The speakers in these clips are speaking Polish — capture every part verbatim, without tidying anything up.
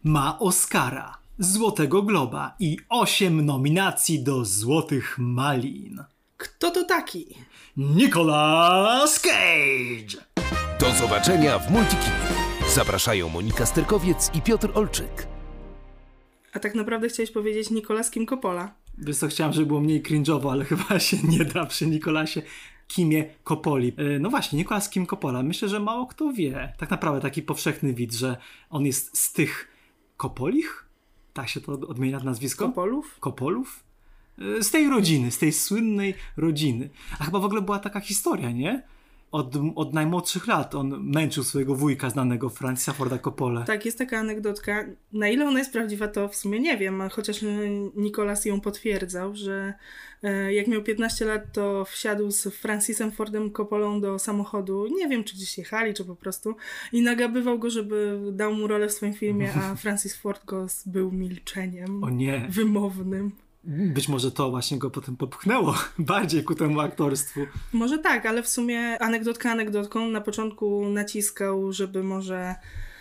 ma Oscara, Złotego Globa i osiem nominacji do Złotych Malin. Kto to taki? Nicolas Cage! Do zobaczenia w Multikinie. Zapraszają Monika Sterkowiec i Piotr Olczyk. A tak naprawdę chciałeś powiedzieć Nicolas Kim Coppola. Wiesz co, chciałem, żeby było mniej cringe'owo, ale chyba się nie da przy Nicolasie Kimie Coppoli. No właśnie, Nicolas Kim Coppola. Myślę, że mało kto wie. Tak naprawdę taki powszechny widz, że on jest z tych Coppolich? Tak się to odmienia nazwisko? Coppolów? Coppolów? Z tej rodziny, z tej słynnej rodziny. A chyba w ogóle była taka historia, nie? Od, od najmłodszych lat on męczył swojego wujka znanego, Francisa Forda Coppolę. Tak, jest taka anegdotka. Na ile ona jest prawdziwa, to w sumie nie wiem, chociaż Nicolas ją potwierdzał, że jak miał piętnaście lat, to wsiadł z Francisem Fordem Coppolą do samochodu. Nie wiem, czy gdzieś jechali, czy po prostu. I nagabywał go, żeby dał mu rolę w swoim filmie, a Francis Ford go był milczeniem. O nie. Wymownym. Być może to właśnie go potem popchnęło bardziej ku temu aktorstwu. Może tak, ale w sumie anegdotka anegdotką. Na początku naciskał, żeby może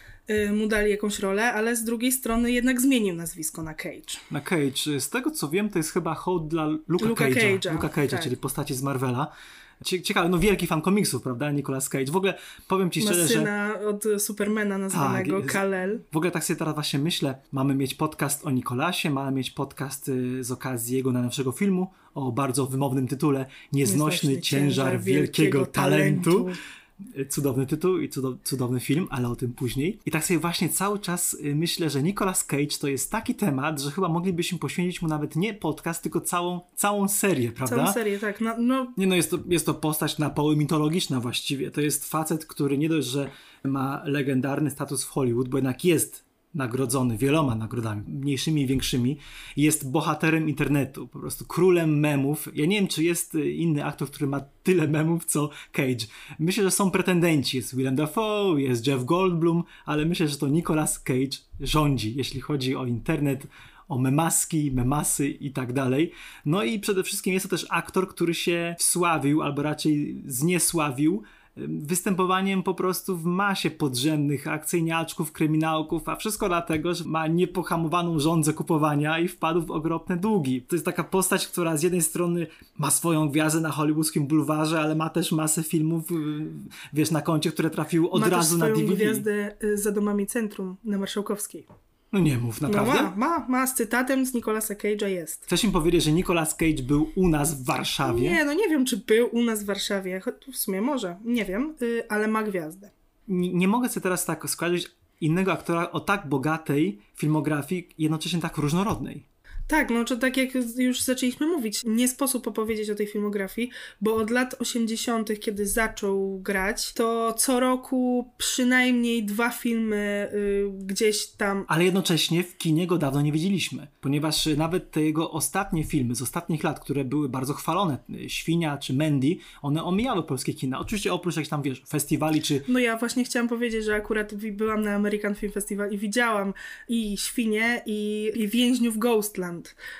y, mu dali jakąś rolę, ale z drugiej strony jednak zmienił nazwisko na Cage. Na Cage. Z tego co wiem, to jest chyba hołd dla Luka, Luka Cage'a. Cage'a. Luka Cage'a, tak. Czyli postaci z Marvela. Ciekawe, no wielki fan komiksów, prawda? Nicolas Cage. W ogóle powiem ci szczerze, Ma że... syna od Supermana nazwanego, tak, Kal-El. W ogóle tak sobie teraz właśnie myślę, mamy mieć podcast o Nicolasie, mamy mieć podcast y, z okazji jego najnowszego filmu o bardzo wymownym tytule Nieznośny, Nieznośny ciężar, ciężar wielkiego, wielkiego talentu. talentu. Cudowny tytuł i cudow- cudowny film, ale o tym później. I tak sobie właśnie cały czas y, myślę, że Nicolas Cage to jest taki temat, że chyba moglibyśmy poświęcić mu nawet nie podcast, tylko całą, całą serię, prawda? Całą serię, tak. No, no. Nie no, jest to, jest to postać na poły mitologiczna właściwie. To jest facet, który nie dość, że ma legendarny status w Hollywood, bo jednak jest nagrodzony wieloma nagrodami, mniejszymi i większymi. Jest bohaterem internetu, po prostu królem memów. Ja nie wiem, czy jest inny aktor, który ma tyle memów, co Cage. Myślę, że są pretendenci. Jest Willem Dafoe, jest Jeff Goldblum, ale myślę, że to Nicolas Cage rządzi, jeśli chodzi o internet, o memaski, memasy i tak dalej. No i przede wszystkim jest to też aktor, który się wsławił, albo raczej zniesławił występowaniem po prostu w masie podziemnych akcyjniaczków, kryminałków, a wszystko dlatego, że ma niepohamowaną żądzę kupowania i wpadł w ogromne długi. To jest taka postać, która z jednej strony ma swoją gwiazdę na hollywoodzkim bulwarze, ale ma też masę filmów, wiesz, na koncie, które trafiły od ma razu na D V D. Ma też swoją gwiazdę Za domami centrum na Marszałkowskiej. No nie mów, naprawdę? No ma, ma, ma z cytatem z Nicolasa Cage'a jest. Chcesz im powiedzieć, że Nicolas Cage był u nas w Warszawie? Nie, no nie wiem, czy był u nas w Warszawie. W sumie może, nie wiem, yy, ale ma gwiazdę. Nie, nie mogę sobie teraz tak skojarzyć innego aktora o tak bogatej filmografii, jednocześnie tak różnorodnej. Tak, no czy tak jak już zaczęliśmy mówić, nie sposób opowiedzieć o tej filmografii, bo od lat osiemdziesiątych, kiedy zaczął grać, to co roku przynajmniej dwa filmy y, gdzieś tam... Ale jednocześnie w kinie go dawno nie widzieliśmy, ponieważ nawet te jego ostatnie filmy z ostatnich lat, które były bardzo chwalone, Świnia czy Mandy, one omijały polskie kina. Oczywiście oprócz jakichś tam, wiesz, festiwali czy... No ja właśnie chciałam powiedzieć, że akurat byłam na American Film Festival i widziałam i Świnię i, i Więźniów Ghostland.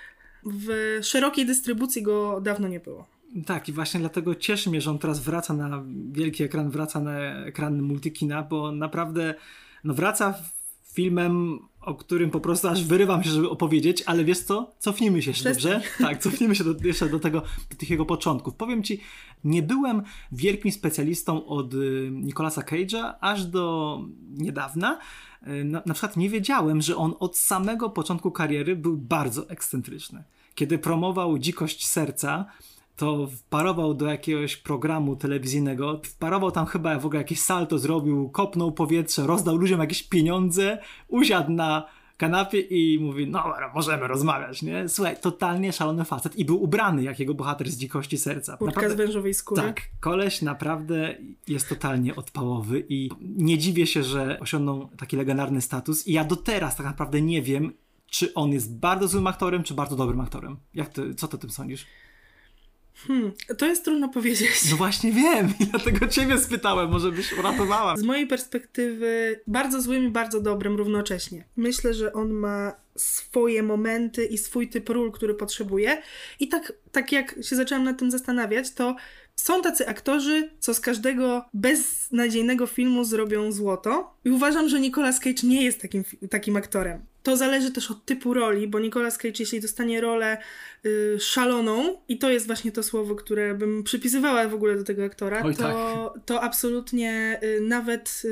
W szerokiej dystrybucji go dawno nie było. Tak, i właśnie dlatego cieszy mnie, że on teraz wraca na wielki ekran, wraca na ekran multikina, bo naprawdę no wraca filmem, o którym po prostu aż wyrywam się, żeby opowiedzieć, ale wiesz co? Cofnijmy się jeszcze, Przestań. dobrze? Tak, cofnijmy się do, jeszcze do tego, do tych jego początków. Powiem ci, nie byłem wielkim specjalistą od Nicolasa Cage'a aż do niedawna. Na, na przykład nie wiedziałem, że on od samego początku kariery był bardzo ekscentryczny. Kiedy promował Dzikość serca, to wparował do jakiegoś programu telewizyjnego, wparował tam chyba w ogóle jakieś salto zrobił, kopnął powietrze, rozdał ludziom jakieś pieniądze, usiadł na kanapie i mówi, no możemy rozmawiać, nie? Słuchaj, totalnie szalony facet i był ubrany jak jego bohater z Dzikości serca. Kurtka z wężowej skóry. Tak, koleś naprawdę jest totalnie odpałowy i nie dziwię się, że osiągnął taki legendarny status i ja do teraz tak naprawdę nie wiem, czy on jest bardzo złym aktorem, czy bardzo dobrym aktorem. Jak ty, co ty o tym sądzisz? Hmm, to jest trudno powiedzieć. No właśnie wiem i dlatego ciebie spytałem, może byś uratowała. Z mojej perspektywy bardzo złym i bardzo dobrym równocześnie. Myślę, że on ma swoje momenty i swój typ ról, który potrzebuje i tak, tak jak się zaczęłam nad tym zastanawiać, to Są tacy aktorzy, co z każdego beznadziejnego filmu zrobią złoto. I uważam, że Nicolas Cage nie jest takim, takim aktorem. To zależy też od typu roli, bo Nicolas Cage, jeśli dostanie rolę y, szaloną, i to jest właśnie to słowo, które bym przypisywała w ogóle do tego aktora, Oj, to, tak. to absolutnie y, nawet y,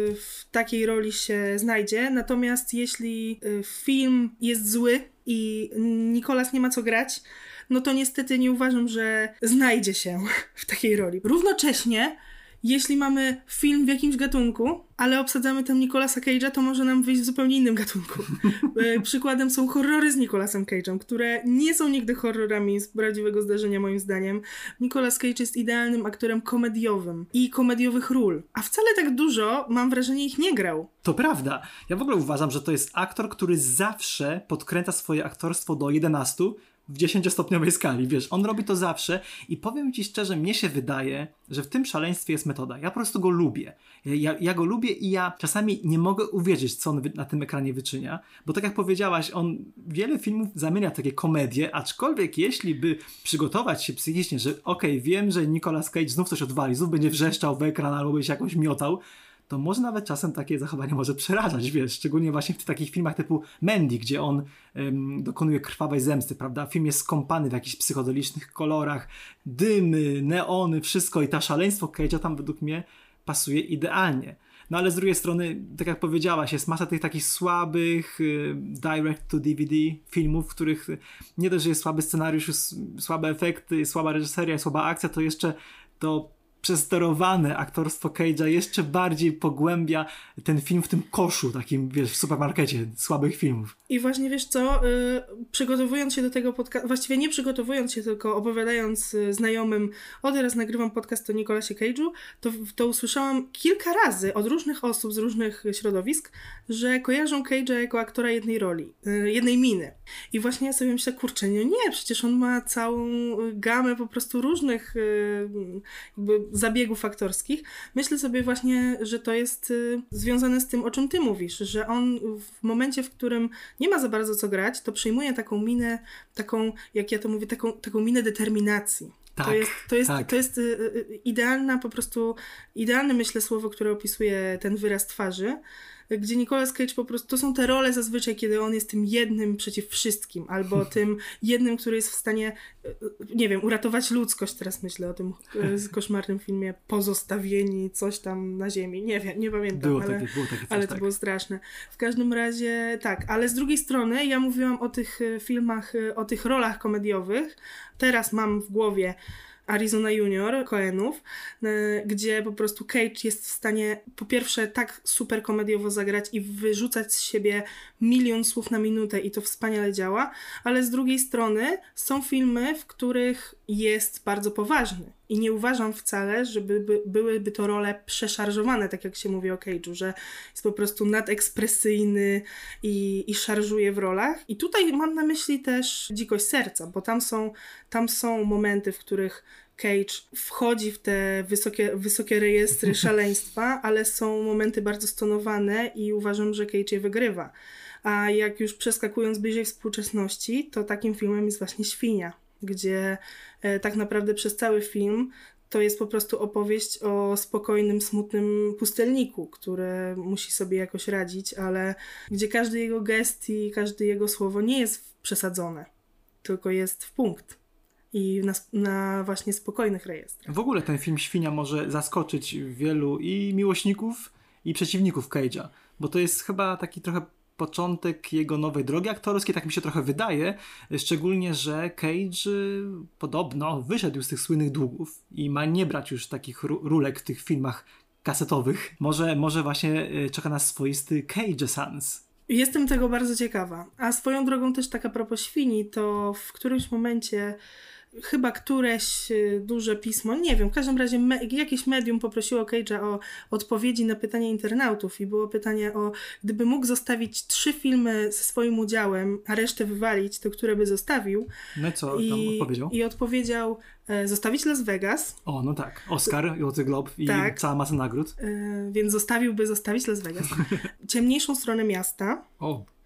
w takiej roli się znajdzie. Natomiast jeśli y, film jest zły i Nicolas nie ma co grać, no to niestety nie uważam, że znajdzie się w takiej roli. Równocześnie, jeśli mamy film w jakimś gatunku, ale obsadzamy tam Nicolasa Cage'a, to może nam wyjść w zupełnie innym gatunku. Przykładem są horrory z Nicolasem Cage'em, które nie są nigdy horrorami z prawdziwego zdarzenia, moim zdaniem. Nicolas Cage jest idealnym aktorem komediowym i komediowych ról, a wcale tak dużo, mam wrażenie, ich nie grał. To prawda. Ja w ogóle uważam, że to jest aktor, który zawsze podkręca swoje aktorstwo do jedenastu w dziesięciostopniowej skali, wiesz, on robi to zawsze i powiem ci szczerze, mnie się wydaje, że w tym szaleństwie jest metoda. Ja po prostu go lubię. Ja, ja go lubię i ja czasami nie mogę uwierzyć, co on na tym ekranie wyczynia, bo tak jak powiedziałaś, on wiele filmów zamienia w takie komedie, aczkolwiek jeśli by przygotować się psychicznie, że okej, okay, wiem, że Nicolas Cage znów coś odwali, znów będzie wrzeszczał w ekran albo będzie się jakoś miotał, to może nawet czasem takie zachowanie może przerażać, wiesz, szczególnie właśnie w takich filmach typu Mandy, gdzie on ym, dokonuje krwawej zemsty, prawda? Film jest skąpany w jakichś psychodelicznych kolorach, dymy, neony, wszystko i ta szaleństwo Cage'a tam według mnie pasuje idealnie. No ale z drugiej strony, tak jak powiedziałaś, jest masa tych takich słabych y, direct to D V D filmów, w których nie dość, że jest słaby scenariusz, słabe efekty, słaba reżyseria, słaba akcja, to jeszcze to przesterowane aktorstwo Cage'a jeszcze bardziej pogłębia ten film w tym koszu takim, wiesz, w supermarkecie słabych filmów. I właśnie, wiesz co, yy, przygotowując się do tego podcastu, właściwie nie przygotowując się, tylko opowiadając y, znajomym, o teraz nagrywam podcast o Nicolasie Cage'u, to, to usłyszałam kilka razy od różnych osób z różnych środowisk, że kojarzą Cage'a jako aktora jednej roli, yy, jednej miny. I właśnie ja sobie myślę, kurczę, no nie, przecież on ma całą gamę po prostu różnych yy, jakby zabiegów aktorskich. Myślę sobie właśnie, że to jest y, związane z tym, o czym ty mówisz, że on w momencie, w którym nie ma za bardzo co grać, to przyjmuje taką minę, taką, jak ja to mówię, taką, taką minę determinacji. Tak, to jest, to jest, tak. to jest y, y, idealna po prostu, idealne myślę słowo, które opisuje ten wyraz twarzy, gdzie Nicolas Cage po prostu, to są te role zazwyczaj, kiedy on jest tym jednym przeciw wszystkim, albo tym jednym, który jest w stanie, nie wiem, uratować ludzkość. Teraz myślę o tym koszmarnym filmie Pozostawieni, coś tam na ziemi. Nie wiem, nie pamiętam, było ale, takie, było takie coś, ale to tak. było straszne. W każdym razie tak, ale z drugiej strony ja mówiłam o tych filmach, o tych rolach komediowych. Teraz mam w głowie Arizona Junior, Coenów, gdzie po prostu Cage jest w stanie po pierwsze tak super komediowo zagrać i wyrzucać z siebie milion słów na minutę i to wspaniale działa, ale z drugiej strony są filmy, w których jest bardzo poważny i nie uważam wcale, żeby by, byłyby to role przeszarżowane, tak jak się mówi o Cage'u, że jest po prostu nadekspresyjny i, i szarżuje w rolach. I tutaj mam na myśli też Dzikość serca, bo tam są, tam są momenty, w których Cage wchodzi w te wysokie, wysokie rejestry szaleństwa, ale są momenty bardzo stonowane i uważam, że Cage je wygrywa. A jak już przeskakując bliżej współczesności, to takim filmem jest właśnie Świnia, gdzie e, tak naprawdę przez cały film to jest po prostu opowieść o spokojnym, smutnym pustelniku, który musi sobie jakoś radzić, ale gdzie każdy jego gest i każde jego słowo nie jest przesadzone, tylko jest w punkt. I na, na właśnie spokojnych rejestrach. W ogóle ten film Świnia może zaskoczyć wielu i miłośników, i przeciwników Cage'a, bo to jest chyba taki trochę początek jego nowej drogi aktorskiej, tak mi się trochę wydaje, szczególnie, że Cage y, podobno wyszedł z tych słynnych długów i ma nie brać już takich rólek w tych filmach kasetowych. Może, może właśnie y, czeka nas swoisty Cage'esans. Jestem tego bardzo ciekawa. A swoją drogą też tak a propos Świni, to w którymś momencie chyba któreś duże pismo, nie wiem, w każdym razie me, jakieś medium poprosiło Cage'a o odpowiedzi na pytania internautów i było pytanie o, gdyby mógł zostawić trzy filmy ze swoim udziałem, a resztę wywalić, to które by zostawił. No i co I, tam odpowiedział? I odpowiedział e, zostawić Las Vegas. O, no tak. Oscar, Złoty Glob i tak. cała masa nagród. E, więc zostawiłby zostawić Las Vegas. Ciemniejszą stronę miasta. O.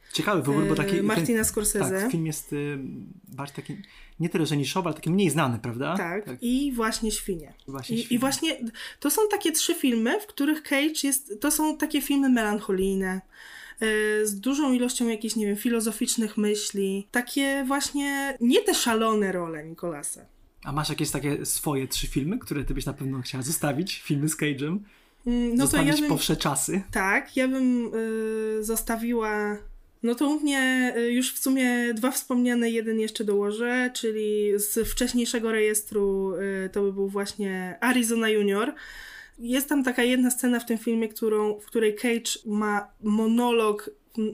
Ciekawy wybór, bo taki... Martina ten, Scorsese. Tak, film jest y, bardziej taki, nie tyle, że niszowy, ale taki mniej znany, prawda? Tak, tak. I właśnie Świnie. Właśnie I, Świnie. I właśnie to są takie trzy filmy, w których Cage jest, to są takie filmy melancholijne, y, z dużą ilością jakichś, nie wiem, filozoficznych myśli. Takie właśnie, nie te szalone role Nicolasa. A masz jakieś takie swoje trzy filmy, które ty byś na pewno chciała zostawić? Filmy z Cage'em? No Zostawić to ja bym, po wsze czasy? Tak, ja bym y, zostawiła... No to u mnie y, już w sumie dwa wspomniane, jeden jeszcze dołożę, czyli z wcześniejszego rejestru y, to by był właśnie Arizona Junior. Jest tam taka jedna scena w tym filmie, którą, w której Cage ma monolog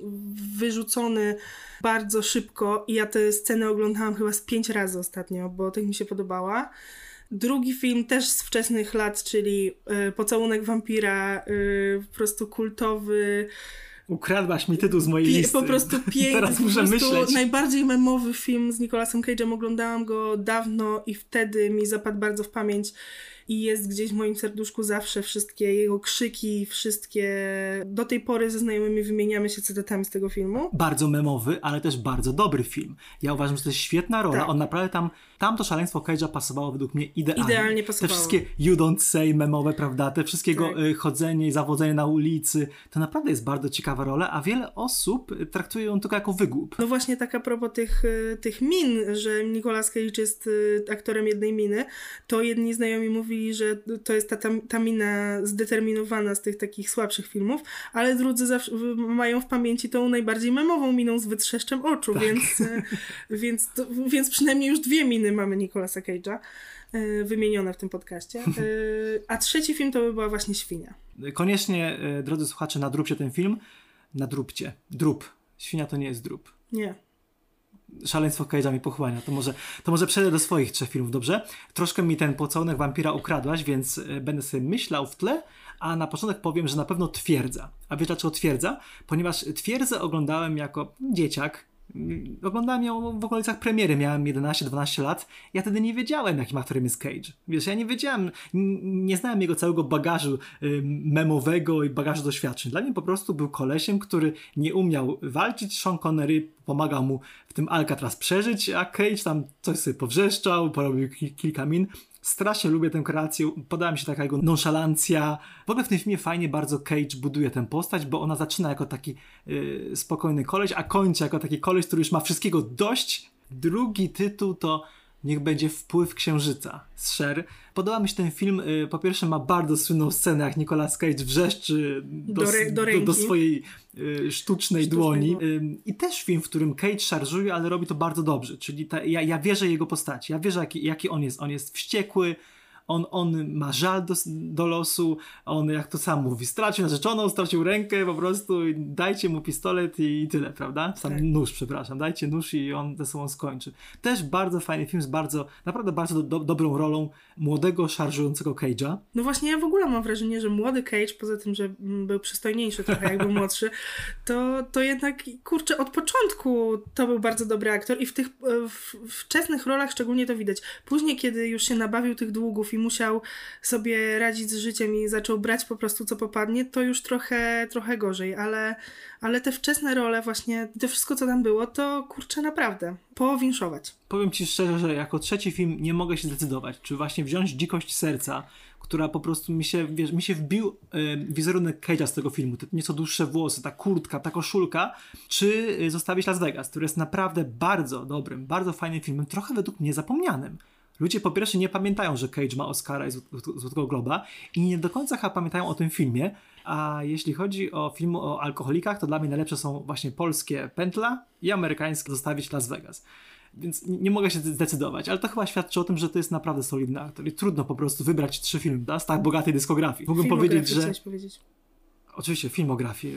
wyrzucony bardzo szybko i ja tę scenę oglądałam chyba z pięć razy ostatnio, bo tak mi się podobała. Drugi film też z wczesnych lat, czyli y, Pocałunek wampira, y, po prostu kultowy. Ukradłaś mi tytuł z mojej Pie- listy. Po prostu piękny, Teraz po muszę prostu myśleć. najbardziej memowy film z Nicolasem Cage'em. Oglądałam go dawno i wtedy mi zapadł bardzo w pamięć i jest gdzieś w moim serduszku zawsze. Wszystkie jego krzyki, wszystkie... Do tej pory ze znajomymi wymieniamy się cytatami z tego filmu. Bardzo memowy, ale też bardzo dobry film. Ja uważam, że to jest świetna rola. Tak. On naprawdę tam, tam to szaleństwo Cage'a pasowało według mnie idealnie. Idealnie pasowało. Te wszystkie you don't say memowe, prawda? Te wszystkiego Tak. y, chodzenie i zawodzenie na ulicy. To naprawdę jest bardzo ciekawa rola, a wiele osób y, traktuje ją tylko jako wygłup. No właśnie tak a propos tych, y, tych min, że Nicolas Cage jest y, aktorem jednej miny, to jedni znajomi mówili, że to jest ta, ta, ta mina zdeterminowana z tych takich słabszych filmów, ale drudzy zawsze mają w pamięci tą najbardziej memową miną z wytrzeszczem oczu, Tak. więc, y, więc, to, więc przynajmniej już dwie miny mamy Nicolasa Cage'a y, wymienione w tym podcaście. Y, a trzeci film to by była właśnie Świnia. Koniecznie, y, drodzy słuchacze, nadróbcie ten film. Nadróbcie. Drób. Świnia to nie jest drób. Nie. Szaleństwo Cage'a mi pochłania. To może, to może przejdę do swoich trzech filmów, dobrze? Troszkę mi ten Pocałunek wampira ukradłaś, więc y, będę sobie myślał w tle, a na początek powiem, że na pewno Twierdza. A wiesz dlaczego Twierdza? Ponieważ Twierdzę oglądałem jako dzieciak. Oglądałem ją w okolicach premiery, miałem jedenaście dwanaście lat. Ja wtedy nie wiedziałem, jakim aktorem jest Cage. Wiesz, ja nie wiedziałem, n- nie znałem jego całego bagażu y, memowego i bagażu doświadczeń. Dla mnie po prostu był kolesiem, który nie umiał walczyć. Sean Connery pomagał mu w tym Alcatraz przeżyć, a Cage tam coś sobie powrzeszczał, porobił ki- kilka min. Strasznie lubię tę kreację, podoba mi się taka jego nonszalancja. W ogóle w tym filmie fajnie bardzo Cage buduje tę postać, bo ona zaczyna jako taki yy, spokojny koleś, a kończy jako taki koleś, który już ma wszystkiego dość. Drugi tytuł to Niech będzie Wpływ Księżyca z Cher. Podoba mi się ten film, yy, po pierwsze ma bardzo słynną scenę, jak Nicolas Cage wrzeszczy do, Do re- do do, do ręki. swojej yy, sztucznej Sztucznej dłoni. dłoni. Yy, I też film, w którym Cage szarżuje, ale robi to bardzo dobrze. Czyli ta, ja, ja wierzę jego postaci, ja wierzę jaki, jaki on jest. On jest wściekły, On, on ma żal do, do losu, on jak to sam mówi, stracił narzeczoną, stracił rękę, po prostu dajcie mu pistolet i, i tyle, prawda? Sam Tak. nóż, przepraszam, dajcie nóż i on ze sobą skończy. Też bardzo fajny film z bardzo, naprawdę bardzo do, do, dobrą rolą młodego, szarżującego Cage'a. No właśnie ja w ogóle mam wrażenie, że młody Cage, poza tym, że mm, był przystojniejszy trochę, jak był młodszy, to, to jednak, kurczę, od początku to był bardzo dobry aktor i w tych e, w, wczesnych rolach szczególnie to widać. Później, kiedy już się nabawił tych długów i musiał sobie radzić z życiem i zaczął brać po prostu co popadnie, to już trochę, trochę gorzej, ale, ale te wczesne role właśnie, to wszystko co tam było, to kurczę naprawdę, powinszować. Powiem ci szczerze, że jako trzeci film nie mogę się zdecydować, czy właśnie wziąć Dzikość serca, która po prostu mi się, wiesz, mi się wbił y, wizerunek Cage'a z tego filmu, te nieco dłuższe włosy, ta kurtka, ta koszulka, czy y, zostawić Las Vegas, który jest naprawdę bardzo dobrym, bardzo fajnym filmem, trochę według mnie zapomnianym. Ludzie po pierwsze nie pamiętają, że Cage ma Oscara i Złotego Globa i nie do końca chyba pamiętają o tym filmie, a jeśli chodzi o filmy o alkoholikach, to dla mnie najlepsze są właśnie polskie Pętla i amerykańskie Zostawić Las Vegas. Więc nie mogę się zdecydować, ale to chyba świadczy o tym, że to jest naprawdę solidny aktor i trudno po prostu wybrać trzy filmy, da? Z tak bogatej dyskografii. Mógłbym powiedzieć, że... powiedzieć. Oczywiście, filmografię.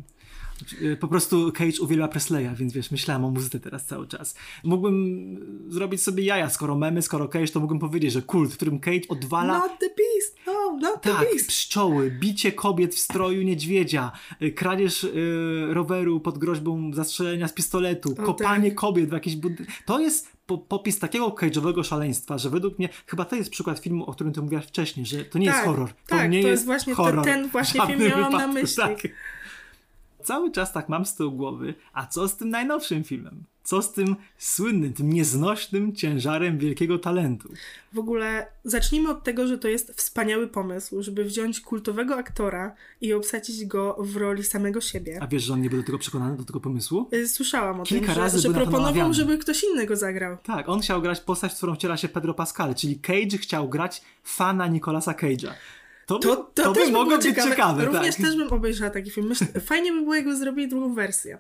Po prostu Cage uwielbia Presleya, więc wiesz, myślałem o muzyce teraz cały czas. Mógłbym zrobić sobie jaja, skoro memy, skoro Cage, to mógłbym powiedzieć, że kult, w którym Cage odwala... Not the beast, no, not the Tak, beast. pszczoły, bicie kobiet w stroju niedźwiedzia, y, kradzież y, roweru pod groźbą zastrzelenia z pistoletu, O, kopanie tak. kobiet w jakiś budynku. To jest po, popis takiego cage'owego szaleństwa, że według mnie, chyba to jest przykład filmu, o którym ty mówiłaś wcześniej, że to nie Tak, jest horror. To tak, nie to jest jest właśnie horror. ten- ten właśnie W żadnym film miałam na wypadku, myśli. tak. cały czas tak mam z tyłu głowy, a co z tym najnowszym filmem? Co z tym słynnym, tym nieznośnym ciężarem wielkiego talentu? W ogóle zacznijmy od tego, że to jest wspaniały pomysł, żeby wziąć kultowego aktora i obsadzić go w roli samego siebie. A wiesz, że on nie był do tego przekonany, do tego pomysłu? Słyszałam o Kilka tym, razy że, że był na to proponował, namawiany. żeby ktoś inny go zagrał. Tak, on chciał grać postać, w którą wciela się Pedro Pascal, czyli Cage chciał grać fana Nicolasa Cage'a. To, To, to, to też by mogło być ciekawe. ciekawe. Również tak. też bym obejrzała taki film. Myślę, fajnie by było, jakby zrobili drugą wersję.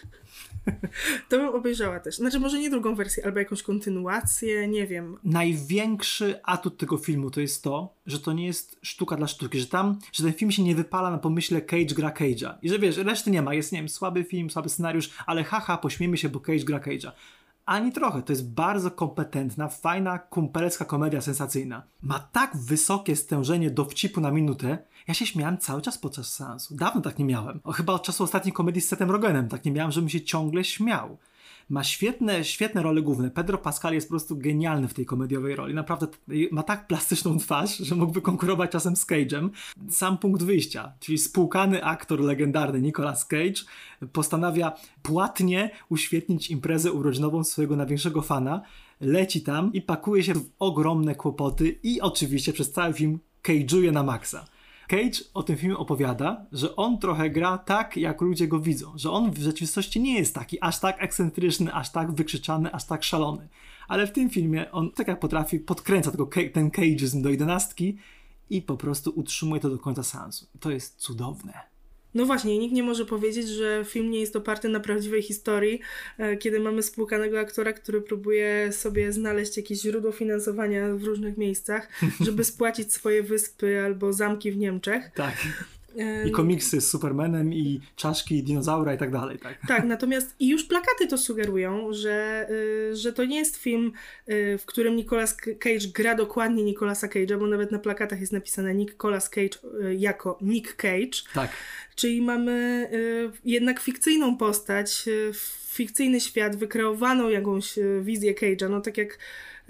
To bym obejrzała też. Znaczy może nie drugą wersję, albo jakąś kontynuację, nie wiem. Największy atut tego filmu to jest to, że to nie jest sztuka dla sztuki, że tam, że ten film się nie wypala na pomyśle Cage gra Cage'a. I że wiesz, reszty nie ma. Jest, nie wiem, słaby film, słaby scenariusz, ale haha, pośmiejmy się, bo Cage gra Cage'a. Ani trochę. To jest bardzo kompetentna, fajna, kumpelska komedia sensacyjna. Ma tak wysokie stężenie dowcipu na minutę. Ja się śmiałem cały czas podczas seansu. Dawno tak nie miałem. O, chyba od czasu ostatniej komedii z Sethem Rogenem tak nie miałem, żebym się ciągle śmiał. Ma świetne, świetne role główne. Pedro Pascal jest po prostu genialny w tej komediowej roli. Naprawdę ma tak plastyczną twarz, że mógłby konkurować czasem z Cage'em. Sam punkt wyjścia, czyli spłukany aktor legendarny Nicolas Cage postanawia płatnie uświetnić imprezę urodzinową swojego największego fana. Leci tam i pakuje się w ogromne kłopoty i oczywiście przez cały film cage'uje na maksa. Cage o tym filmie opowiada, że on trochę gra tak, jak ludzie go widzą. Że on w rzeczywistości nie jest taki aż tak ekscentryczny, aż tak wykrzyczany, aż tak szalony. Ale w tym filmie on tak jak potrafi, podkręca tego, ten cageizm do jedenastki i po prostu utrzymuje to do końca seansu. To jest cudowne. No właśnie, nikt nie może powiedzieć, że film nie jest oparty na prawdziwej historii, kiedy mamy spłukanego aktora, który próbuje sobie znaleźć jakieś źródło finansowania w różnych miejscach, żeby spłacić swoje wyspy albo zamki w Niemczech. Tak. I komiksy z Supermanem, i czaszki dinozaura i tak dalej. Tak, tak, natomiast i już plakaty to sugerują, że, y, że to nie jest film, y, w którym Nicolas Cage gra dokładnie Nicolasa Cage'a, bo nawet na plakatach jest napisane Nicolas Cage y, jako Nick Cage. Tak. Czyli mamy y, jednak fikcyjną postać, y, fikcyjny świat, wykreowaną jakąś y, wizję Cage'a. No tak jak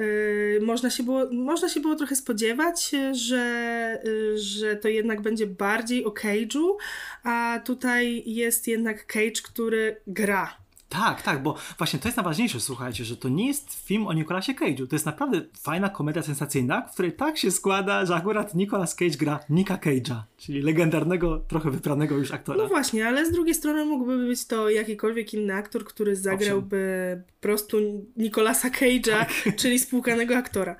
y, można, się było, można się było trochę spodziewać, y, że, y, że to jednak będzie bardziej o Cage'u, a tutaj jest jednak Cage, który gra. Tak, tak, bo właśnie to jest najważniejsze, słuchajcie, że to nie jest film o Nicolasie Cage'u. To jest naprawdę fajna komedia sensacyjna, w której tak się składa, że akurat Nicolas Cage gra Nicka Cage'a, czyli legendarnego, trochę wypranego już aktora. No właśnie, ale z drugiej strony mógłby być to jakikolwiek inny aktor, który zagrałby po prostu Nicolasa Cage'a, tak. Czyli spłukanego aktora.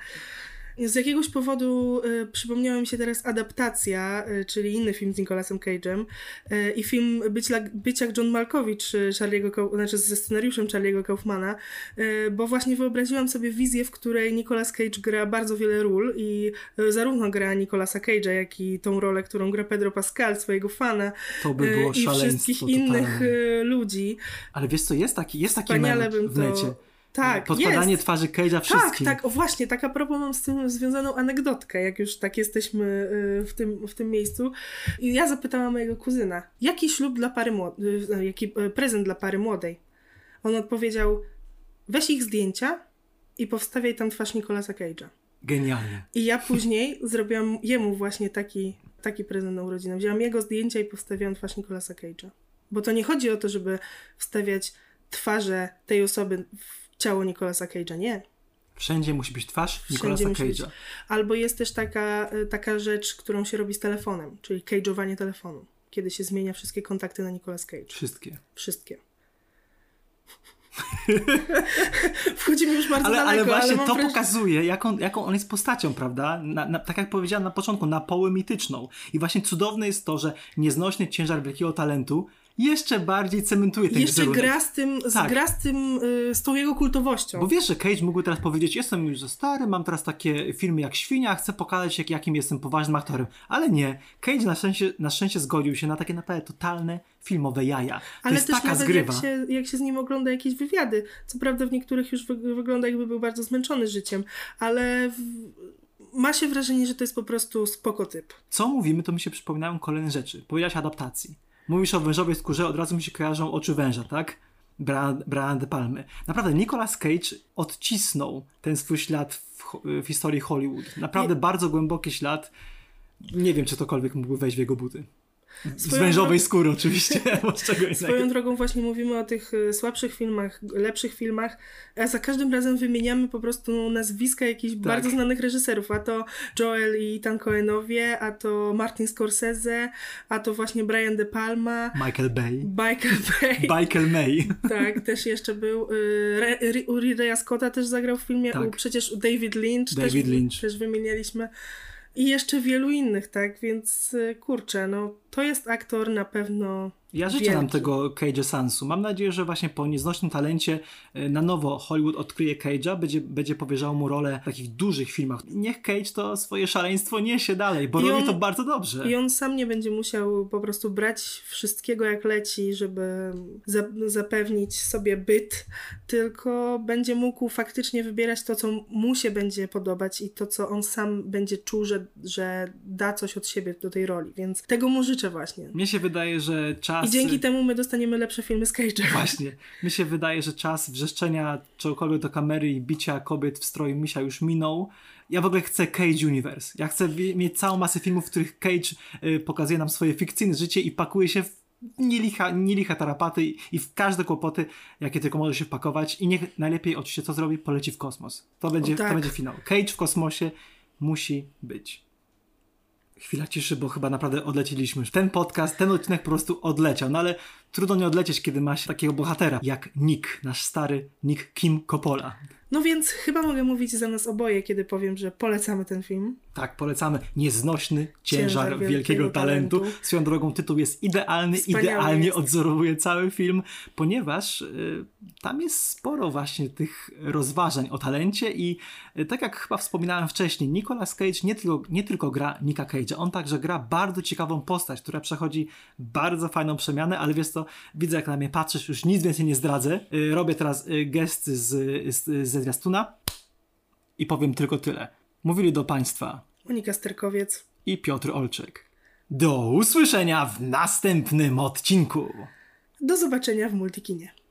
Z jakiegoś powodu y, przypomniała mi się teraz Adaptacja, y, czyli inny film z Nicolasem Cage'em y, i film Być, la, Być jak John Malkovich, y, Charlie'ego, znaczy ze scenariuszem Charlie'ego Kaufmana, y, bo właśnie wyobraziłam sobie wizję, w której Nicolas Cage gra bardzo wiele ról i y, zarówno gra Nicolasa Cage'a, jak i tą rolę, którą gra Pedro Pascal, swojego fana, to by było y, i wszystkich totalne. innych y, ludzi. Ale wiesz co, jest taki, jest taki Wspaniale mem w necie. To... Tak, podkładanie jest. twarzy Cage'a wszystkim. Tak, tak, o właśnie, tak a propos mam z tym związaną anegdotkę, jak już tak jesteśmy w tym, w tym miejscu. I ja zapytałam mojego kuzyna, jaki ślub dla pary młodej, jaki prezent dla pary młodej? On odpowiedział, weź ich zdjęcia i powstawiaj tam twarz Nicolasa Cage'a. Genialnie. I ja później zrobiłam jemu właśnie taki, taki prezent na urodzinę. Wzięłam jego zdjęcia i postawiłam twarz Nicolasa Cage'a. Bo to nie chodzi o to, żeby wstawiać twarze tej osoby w ciało Nicolasa Cage'a, nie. Wszędzie musi być twarz Nicolasa Cage'a. Albo jest też taka, taka rzecz, którą się robi z telefonem, czyli cage'owanie telefonu, kiedy się zmienia wszystkie kontakty na Nicolas Cage. Wszystkie. Wszystkie. Wchodzimy już bardzo ale, daleko. Ale właśnie ale to wrażenie... pokazuje, jaką, jaką on jest postacią, prawda? Na, na, tak jak powiedziałem na początku, na poły mityczną. I właśnie cudowne jest to, że nieznośny ciężar wielkiego talentu jeszcze bardziej cementuje ten Jeszcze wizerunek. gra z tym, tak. gra z tym, y, z tą jego kultowością. Bo wiesz, że Cage mógłby teraz powiedzieć, jestem już za stary, mam teraz takie filmy jak Świnia, chcę pokazać, jak, jakim jestem poważnym aktorem. Ale nie. Cage na szczęście, na szczęście zgodził się na takie naprawdę totalne filmowe jaja. To Ale jest też taka nawet zgrywa. Jak się, jak się z nim ogląda jakieś wywiady. Co prawda w niektórych już wy, wygląda jakby był bardzo zmęczony życiem, ale w, ma się wrażenie, że to jest po prostu spoko typ. Co mówimy, to mi się przypominają kolejne rzeczy. Powiedziałaś adaptacji. Mówisz o wężowej skórze, od razu mi się kojarzą oczy węża, tak? Brian, Brian De Palmy. Naprawdę Nicolas Cage odcisnął ten swój ślad w, w historii Hollywood. Naprawdę I... bardzo głęboki ślad. Nie wiem, czy ktokolwiek mógłby wejść w jego buty. Z wężowej drogą... skóry oczywiście. Swoją drogą właśnie mówimy o tych słabszych filmach, lepszych filmach, a za każdym razem wymieniamy po prostu nazwiska jakichś tak. bardzo znanych reżyserów, a to Joel i Ethan Coenowie, a to Martin Scorsese, a to właśnie Brian De Palma. Michael Bay. Michael Bay. Michael May. Tak, też jeszcze był. U Ridleya Scotta też zagrał w filmie, tak. u, przecież David Lynch, David też, Lynch też wymienialiśmy. I jeszcze wielu innych, tak? Więc kurczę, no to jest aktor na pewno Ja życzę wielki. nam tego Cage'a Sansu. Mam nadzieję, że właśnie po nieznośnym talencie na nowo Hollywood odkryje Cage'a, będzie, będzie powierzał mu rolę w takich dużych filmach. Niech Cage to swoje szaleństwo niesie dalej, bo I robi on, to bardzo dobrze. I on sam nie będzie musiał po prostu brać wszystkiego jak leci, żeby za, zapewnić sobie byt, tylko będzie mógł faktycznie wybierać to, co mu się będzie podobać i to, co on sam będzie czuł, że, że da coś od siebie do tej roli. Więc tego mu życzę właśnie. Mnie się wydaje, że czas... I dzięki temu my dostaniemy lepsze filmy z Cage'em. Właśnie. Mi się wydaje, że czas wrzeszczenia czegokolwiek do kamery i bicia kobiet w stroju misia już minął. Ja w ogóle chcę Cage Universe. Ja chcę mieć całą masę filmów, w których Cage y, pokazuje nam swoje fikcyjne życie i pakuje się w nielicha, nielicha tarapaty i, i w każde kłopoty, jakie tylko może się wpakować. I niech najlepiej oczywiście co zrobi? Poleci w kosmos. To będzie, tak. to będzie finał. Cage w kosmosie musi być. Chwila ciszy, bo chyba naprawdę odleciliśmy. Ten podcast, ten odcinek po prostu odleciał. No ale trudno nie odlecieć, kiedy ma się takiego bohatera jak Nick, nasz stary Nick Kim Coppola. No więc chyba mogę mówić za nas oboje, kiedy powiem, że polecamy ten film. Tak, polecamy. Nieznośny ciężar, ciężar wielkiego, wielkiego talentu. talentu. Swoją drogą tytuł jest idealny, Wspaniały idealnie jest. Odzorowuje cały film, ponieważ y, tam jest sporo właśnie tych rozważań o talencie i y, tak jak chyba wspominałem wcześniej, Nicolas Cage nie tylko, nie tylko gra Nicka Cage'a, on także gra bardzo ciekawą postać, która przechodzi bardzo fajną przemianę, ale wiesz co, widzę jak na mnie patrzysz, już nic więcej nie zdradzę. Y, robię teraz y, gest z, z, ze zwiastuna i powiem tylko tyle. Mówili do Państwa Monika Sterkowiec i Piotr Olczyk. Do usłyszenia w następnym odcinku. Do zobaczenia w Multikinie.